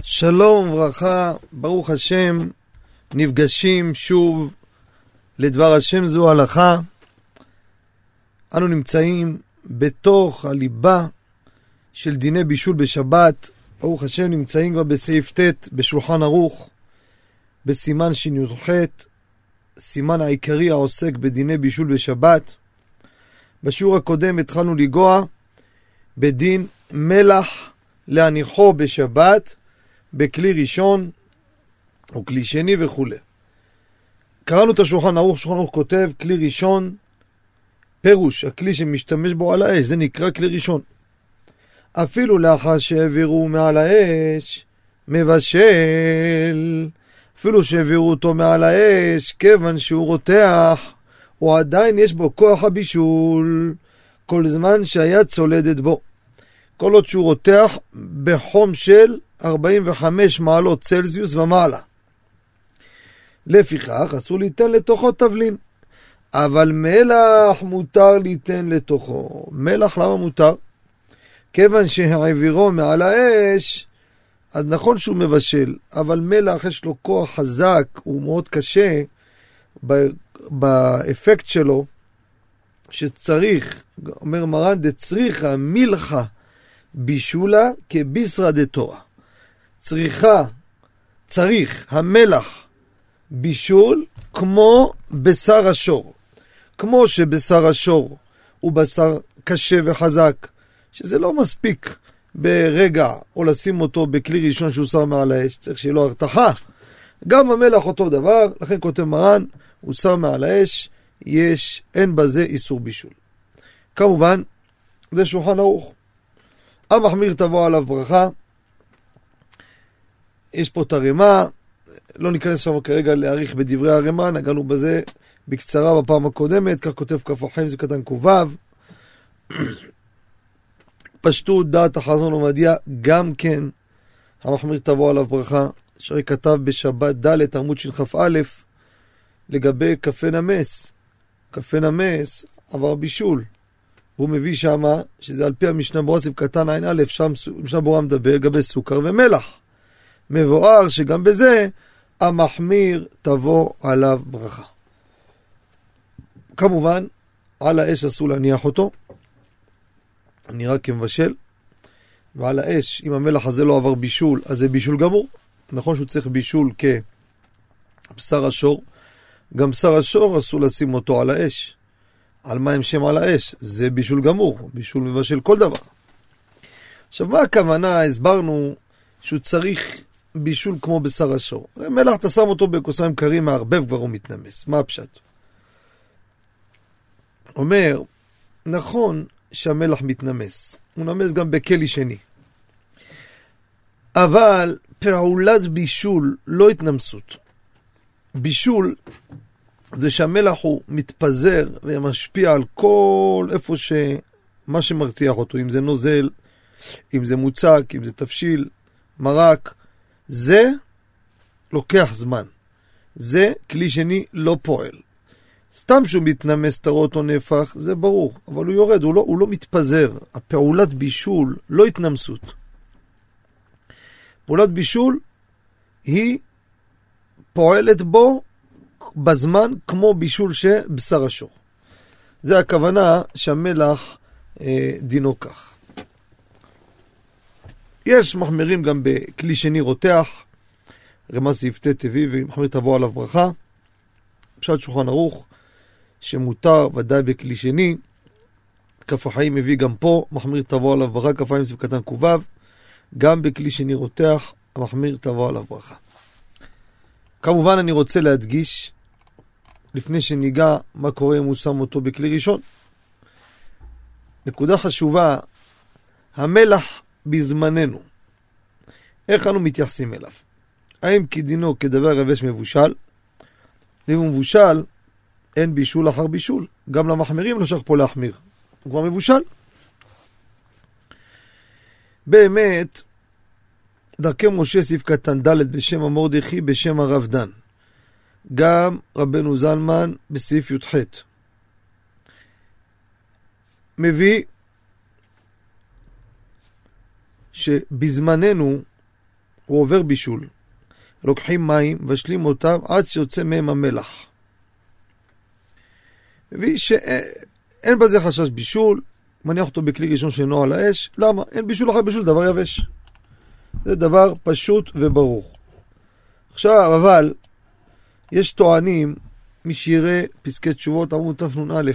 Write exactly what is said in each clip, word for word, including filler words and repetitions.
שלום וברכה, ברוך השם, נפגשים שוב לדבר השם זו הלכה. אנו נמצאים בתוך הליבה של דיני בישול בשבת. ברוך השם נמצאים כבר בסעיף ט' בשולחן ערוך, בסימן שי"ח, סימן העיקרי העוסק בדיני בישול בשבת. בשיעור הקודם התחלנו לגוע בדין מלח להניחו בשבת, בכלי ראשון או כלי שני וכו'. קראנו את השולחן ערוך, שולחן ערוך כותב כלי ראשון, פירוש, הכלי שמשתמש בו על האש, זה נקרא כלי ראשון. אפילו לאחר שהעבירו מעל האש, מבשל, אפילו שהעבירו אותו מעל האש, כיוון שהוא רותח, או עדיין יש בו כוח הבישול, כל זמן שהיד צולדת בו. כל עוד שהוא רותח בחום של ארבעים וחמש מעלות צלזיוס ומעלה. לפיכך אסור ליתן לתוכו תבלין. אבל מלח מותר ליתן לתוכו. מלח למה מותר? כיוון שהעבירו מעל האש, אז נכון שהוא מבשל, אבל מלח יש לו כוח חזק, הוא מאוד קשה באפקט שלו, שצריך, אומר מרן, דצריכה מלחה בישולה כביסרא דתורה. צריכה, צריך המלח בישול כמו בשר השור. כמו שבשר השור הוא בשר קשה וחזק, שזה לא מספיק ברגע או לשים אותו בכלי ראשון שהוא שר מעל האש, צריך שיהיה לו הרתחה. גם המלח אותו דבר, לכן כותב מרן, הוא שר מעל האש, יש, אין בזה איסור בישול. כמובן, זה שולחן ערוך. המחמיר תבוא עליו ברכה. יש פה את הרמה, לא ניכנס שם כרגע להאריך בדברי הרמה, נגענו בזה בקצרה בפעם הקודמת, כך כותב כף החיים, זה קטן קובב. פשטות דעת החזון עובדיה, גם כן המחמיר תבוא עליו ברכה, שרי כתב בשבת ד' עמוד שכ"א לגבי קפה נמס. קפה נמס עבר בישול. והוא מביא שמה, שזה על פי המשנה ברורה סעיף קטן עין א', שם המשנה ברורה מדבר לגבי סוכר ומלח. מבואר שגם בזה המחמיר תבוא עליו ברכה. כמובן, על האש אסור להניח אותו, נראה כמבשל, ועל האש, אם המלח הזה לא עבר בישול, אז זה בישול גמור. נכון שהוא צריך בישול כבשר השור, גם בשר השור אסור לשים אותו על האש. על מים שם על האש, זה בישול גמור, בישול מבשל כל דבר. עכשיו, מה הכוונה? הסברנו שהוא צריך בישול כמו בשר השור. מלח, אתה שם אותו בכוסיים קרים, מערבב כבר הוא מתנמס. מה הפשט? אומר, נכון שהמלח מתנמס, הוא נמס גם בכלי שני. אבל פעולת בישול, לא התנמסות. בישול זה שהמלח הוא מתפזר ומשפיע על כל איפה שמה שמרתיח אותו, אם זה נוזל, אם זה מוצק, אם זה תבשיל, מרק, זה לוקח זמן. זה כלי שני לא פועל. סתם שהוא מתנמס תרות או נפח, זה ברור, אבל הוא יורד, הוא לא, הוא לא מתפזר. הפעולת בישול, לא התנמסות. פעולת בישול היא פועלת בו בזמן כמו בישול שבשר השור. זה הכוונה שהמלח אה, דינו כך. יש מחמירים גם בכלי שני רותח, רמז סעיף ט' טבעי, ומחמיר תבוא עליו ברכה. פשט שולחן ערוך, שמותר ודאי בכלי שני, כף החיים מביא גם פה, מחמיר תבוא עליו ברכה, כף החיים סעיף קטן קובב, גם בכלי שני רותח, המחמיר תבוא עליו ברכה. כמובן אני רוצה להדגיש, לפני שניגע מה קורה אם הוא שם אותו בכלי ראשון. נקודה חשובה, המלח בזמננו, איך אנו מתייחסים אליו? האם כדינו כדבר יבש מבושל? ואם הוא מבושל, אין בישול אחר בישול. גם למחמירים לא שייך פה להחמיר. הוא כבר מבושל. באמת, דרכי משה סעיף קטן ד' בשם המרדכי בשם הרב דן. גם רבנו זלמן בסעיף י"ח. מביא שבזמננו הוא עובר בישול. לוקחים מים, מבשלים אותם עד שיוצא מהם המלח. מביא שאין בזה חשש בישול, מניח אותו בכלי ראשון שאינו על האש. למה? אין בישול אחר בישול, דבר יבש. זה דבר פשוט וברור. עכשיו, אבל, יש טוענים משירי פסקי תשובות עמוד תנ"א.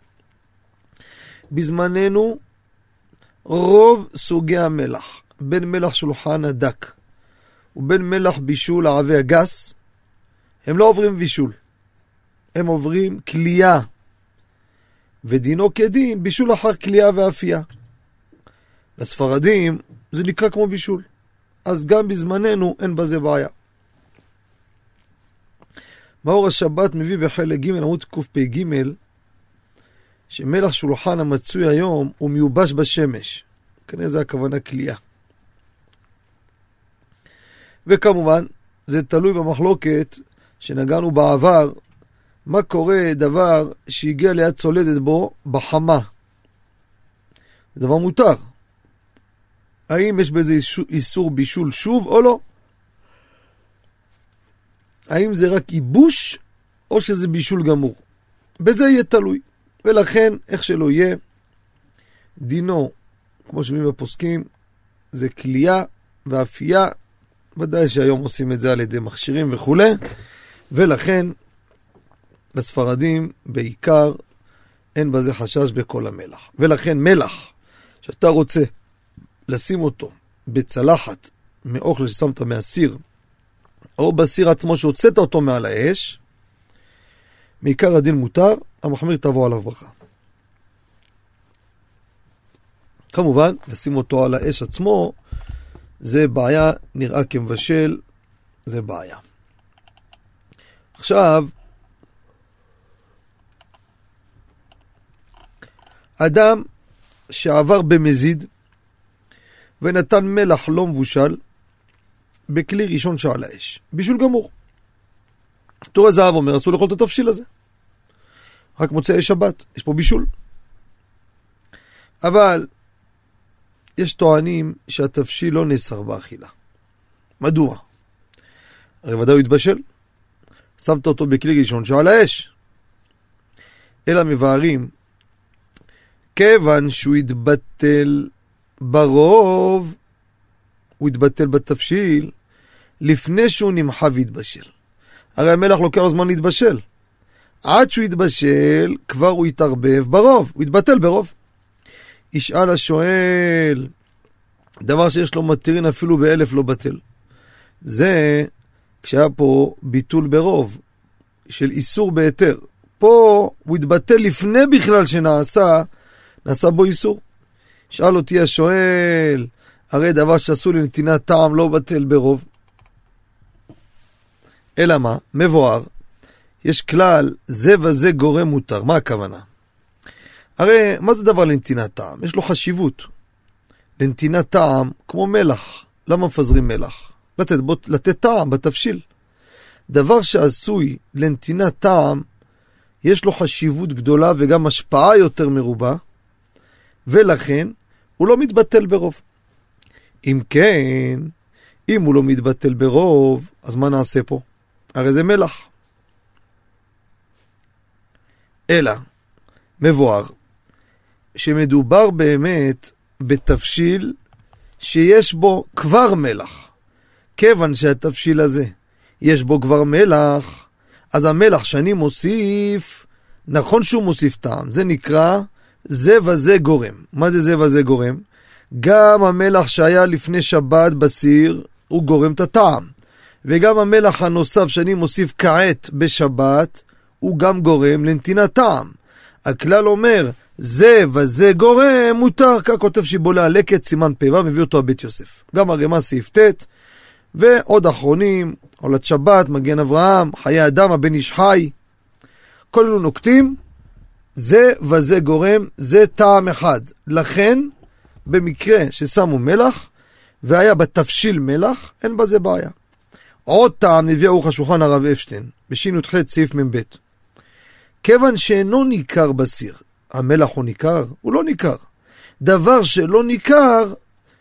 בזמננו, רוב סוגי המלח, בין מלח שולחן הדק ובין מלח בישול העבי הגס, הם לא עוברים בישול. הם עוברים כלייה. ודינו כדין בישול אחר כלייה ואפייה. לספרדים זה נקרא כמו בישול. אז גם בזמננו אין בזה בעיה. מאור השבת מביא בחלק ג' עמוד קפ"ג שמלח שולחן המצוי היום הוא מיובש בשמש. כנראה זה הכוונה כלייה. וכמובן זה תלוי במחלוקת שנגענו בעבר, מה קורה דבר שהגיע ליד צולדת בו בחמה. זה דבר מותר. האם יש בזה איסור בישול שוב או לא? האם זה רק ייבוש או שזה בישול גמור? בזה יהיה תלוי. ולכן, איך שלא יהיה, דינו, כמו שמיים בפוסקים, זה כלייה ואפייה. ודאי שהיום עושים את זה על ידי מכשירים וכו'. ולכן, לספרדים בעיקר אין בזה חשש בכל המלח. ולכן מלח שאתה רוצה לשים אותו בצלחת מאוכל ששמת מהסיר, או בסיר עצמו שהוצאת אותו מעל האש, מעיקר הדין מותר, המחמיר תבוא עליו ברכה. כמובן, לשים אותו על האש עצמו, זה בעיה, נראה כמבשל, זה בעיה. עכשיו, אדם שעבר במזיד, ונתן מלח לא מבושל, בכלי ראשון שעל האש. בישול גמור. תורה זהב אומר, אסור לאכול את התבשיל הזה. רק מוצאי שבת, יש פה בישול. אבל, יש טוענים שהתבשיל לא נאסר באכילה. מדוע? הרי ודאי הוא התבשל. שמת אותו בכלי ראשון שעל האש. אלא מבארים, כיוון שהוא התבטל ברוב, הוא התבטל בתבשיל, לפני שהוא נמחה והתבשל. הרי המלח לוקח לו זמן להתבשל. עד שהוא התבשל, כבר הוא התערבב ברוב, הוא התבטל ברוב. ישאל השואל, דבר שיש לו מתירין אפילו באלף לא בטל. זה כשהיה פה ביטול ברוב, של איסור ביתר. פה הוא התבטל לפני בכלל שנעשה, נעשה בו איסור. שאל אותי השואל, הרי דבר שעשו לנתינת טעם לא בטל ברוב. אלא מה? מבואר. יש כלל, זה וזה גורם מותר. מה הכוונה? הרי מה זה דבר לנתינת טעם? יש לו חשיבות. לנתינת טעם כמו מלח. למה מפזרים מלח? לתת, בו, לתת טעם בתבשיל. דבר שעשוי לנתינת טעם, יש לו חשיבות גדולה וגם השפעה יותר מרובה, ולכן הוא לא מתבטל ברוב. אם כן, אם הוא לא מתבטל ברוב, אז מה נעשה פה? הרי זה מלח. אלא, מבואר, שמדובר באמת בתבשיל שיש בו כבר מלח. כיוון שהתבשיל הזה יש בו כבר מלח, אז המלח שאני מוסיף, נכון שהוא מוסיף טעם, זה נקרא זה וזה גורם. מה זה זה וזה גורם? גם המלח שהיה לפני שבת בסיר, הוא גורם את הטעם. וגם המלח הנוסף שאני מוסיף כעת בשבת, הוא גם גורם לנתינת טעם. הכלל אומר, זה וזה גורם מותר, כך כותב שיבולי הלקט, סימן פ"ו, מביא אותו הבית יוסף. גם הרמ"א סעיף ט', ועוד אחרונים, עולת שבת, מגן אברהם, חיי אדם, הבן איש חי. כל אלו נוקטים, זה וזה גורם, זה טעם אחד. לכן, במקרה ששמו מלח, והיה בתבשיל מלח, אין בזה בעיה. עוד טעם מביא ערוך השולחן הרב אפשטיין, בשין י"ח סעיף מ"ב. כיוון שאינו ניכר בסיר, המלח הוא ניכר? הוא לא ניכר. דבר שלא ניכר,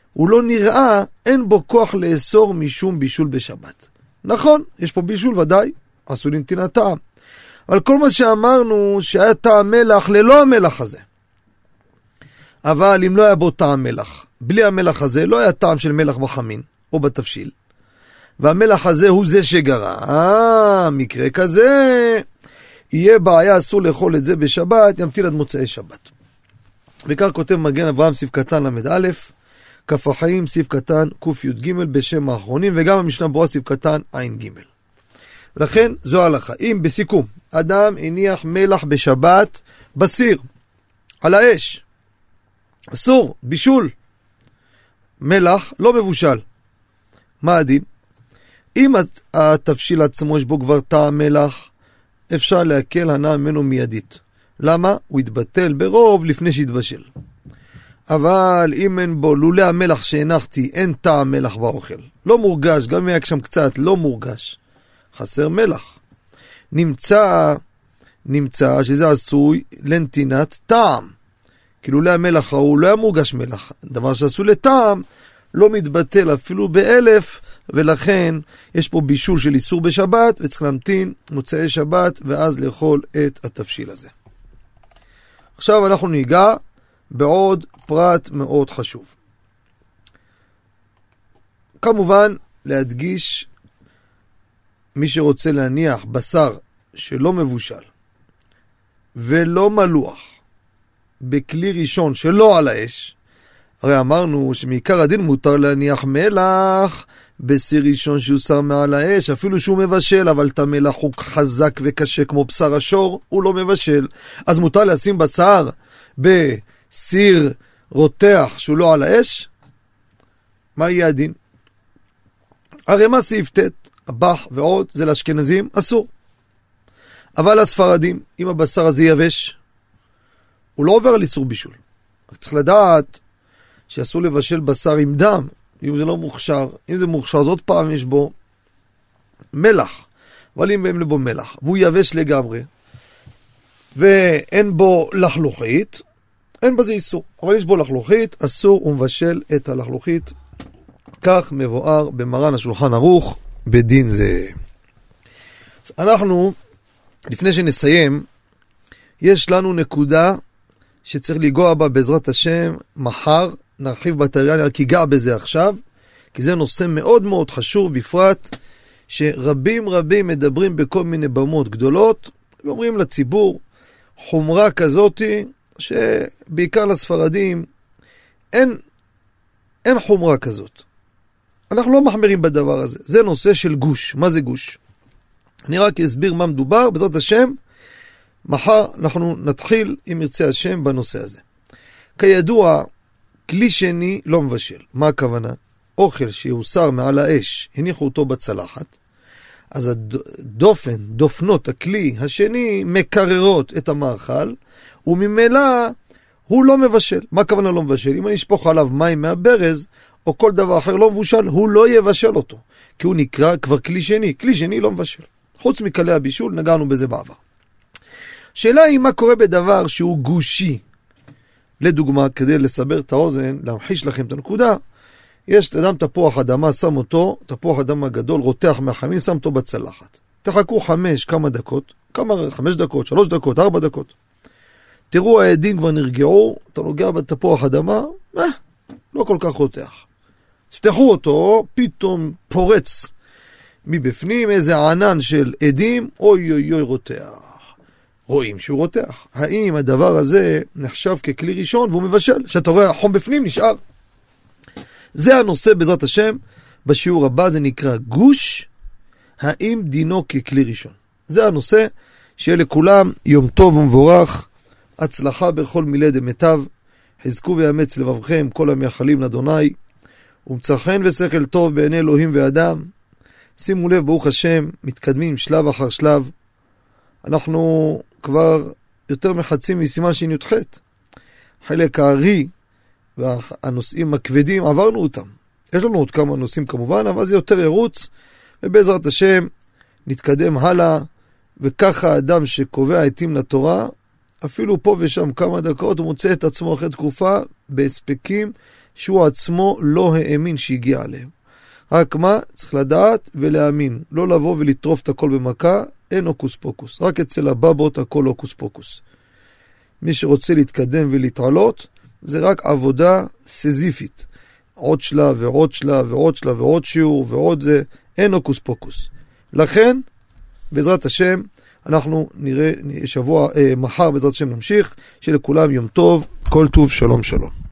הוא לא נראה, אין בו כוח לאסור משום בישול בשבת. נכון, יש פה בישול ודאי, עשו לנתינת טעם. אבל כל מה שאמרנו שהיה טעם מלח ללא המלח הזה. אבל אם לא היה בו טעם מלח, בלי המלח הזה לא היה טעם של מלח בחמין או בתבשיל. והמלח הזה הוא זה שגרע. אה, מקרה כזה, יהיה בעיה, אסור לאכול את זה בשבת, ימתין עד מוצאי שבת. וכך כותב מגן אברהם סעיף קטן למד א', כף החיים סעיף קטן קוף י' ג' בשם האחרונים, וגם המשנה ברורה סעיף קטן עין ג'. ולכן זו ההלכה. אם בסיכום, אדם הניח מלח בשבת בסיר, על האש, אסור, בישול, מלח לא מבושל. מה הדין? אם התבשיל עצמו יש בו כבר טעם מלח, אפשר להקל הנאה ממנו מיידית. למה? הוא יתבטל ברוב לפני שיתבשל. אבל אם אין בו, לולא המלח שהנחתי, אין טעם מלח באוכל. לא מורגש, גם אם היה שם קצת, לא מורגש. חסר מלח. נמצא, נמצא שזה עשוי לנתינת טעם. כי לולא המלח הוא לא היה מורגש מלח. דבר שעשו לטעם, לא מתבטל אפילו באלף, ולכן יש פה בישול של איסור בשבת, וצריך להמתין מוצאי שבת, ואז לאכול את התבשיל הזה. עכשיו אנחנו ניגע בעוד פרט מאוד חשוב. כמובן, להדגיש, מי שרוצה להניח בשר שלא מבושל, ולא מלוח, בכלי ראשון שלא על האש, הרי אמרנו שמעיקר הדין מותר להניח מלח בסיר ראשון שיוסר מעל האש, אפילו שהוא מבשל, אבל את המלח הוא חזק וקשה כמו בשר השור, הוא לא מבשל. אז מותר לשים בשר בסיר רותח שהוא לא על האש? מה יהיה הדין? הרי מה סעיף ט', הבח ועוד, זה לאשכנזים, אסור. אבל הספרדים, אם הבשר הזה יבש, הוא לא עובר על איסור בישול. רק צריך לדעת שאסור לבשל בשר עם דם, אם זה לא מוכשר. אם זה מוכשר, אז עוד פעם יש בו מלח. אבל אם אין בו מלח, והוא יבש לגמרי, ואין בו לחלוכית, אין בזה איסור. אבל יש בו לחלוכית, אסור ומבשל את הלחלוכית. כך מבואר במרן השולחן ערוך בדין זה. אז אנחנו, לפני שנסיים, יש לנו נקודה שצריך לגוע בה בעזרת השם מחר, נרחיב בתריה, אני רק אגע בזה עכשיו, כי זה נושא מאוד מאוד חשוב, בפרט שרבים רבים מדברים בכל מיני במות גדולות, ואומרים לציבור חומרה כזאת, שבעיקר לספרדים אין, אין חומרה כזאת. אנחנו לא מחמרים בדבר הזה. זה נושא של גוש. מה זה גוש? אני רק אסביר מה מדובר, בעזרת השם, מחר אנחנו נתחיל, אם ירצה השם, בנושא הזה. כידוע, כלי שני לא מבשל. מה הכוונה? אוכל שיוסר מעל האש, הניחו אותו בצלחת, אז הדופן, דופנות הכלי השני מקררות את המאכל, וממילא הוא לא מבשל. מה הכוונה לא מבשל? אם אני אשפוך עליו מים מהברז, או כל דבר אחר לא מבושל, הוא לא יבשל אותו, כי הוא נקרא כבר כלי שני. כלי שני לא מבשל. חוץ מכלי הבישול, נגענו בזה בעבר. שאלה היא מה קורה בדבר שהוא גושי. לדוגמה, כדי לסבר את האוזן, להמחיש לכם את הנקודה, יש אדם תפוח אדמה, שם אותו, תפוח אדמה גדול, רותח מהחמין, שם אותו בצלחת. תחכו חמש, כמה דקות, כמה, חמש דקות, שלוש דקות, ארבע דקות. תראו, העדים כבר נרגעו, אתה נוגע בתפוח אדמה, אה, לא כל כך רותח. תפתחו אותו, פתאום פורץ מבפנים איזה ענן של עדים, אוי אוי אוי רותח. רואים שהוא רותח. האם הדבר הזה נחשב ככלי ראשון והוא מבשל? שאתה רואה החום בפנים נשאר. זה הנושא בעזרת השם בשיעור הבא, זה נקרא גוש, האם דינו ככלי ראשון. זה הנושא, שיהיה לכולם יום טוב ומבורך, הצלחה בכל מילי דמיטב, חזקו ויאמץ לבבכם כל המייחלים לאדוני, ומצא חן ושכל טוב בעיני אלוהים ואדם. שימו לב, ברוך השם, מתקדמים שלב אחר שלב. אנחנו כבר יותר מחצי מסימן שי"ח. חלק הארי והנושאים הכבדים עברנו אותם. יש לנו עוד כמה נושאים כמובן, אבל זה יותר ירוץ, ובעזרת השם נתקדם הלאה, וככה האדם שקובע עתים לתורה, אפילו פה ושם כמה דקות, הוא מוצא את עצמו אחרי תקופה בהספקים שהוא עצמו לא האמין שהגיע עליהם. רק מה? צריך לדעת ולהאמין. לא לבוא ולטרוף את הכל במכה, אין אוקוס פוקוס. רק אצל הבבות הכל אוקוס פוקוס. מי שרוצה להתקדם ולהתעלות, זה רק עבודה סזיפית. עוד שלב ועוד שלב ועוד שלב ועוד שיעור ועוד זה, אין אוקוס פוקוס. לכן, בעזרת השם, אנחנו נראה שבוע, אה, מחר בעזרת השם נמשיך, שלכולם יום טוב, כל טוב, שלום שלום.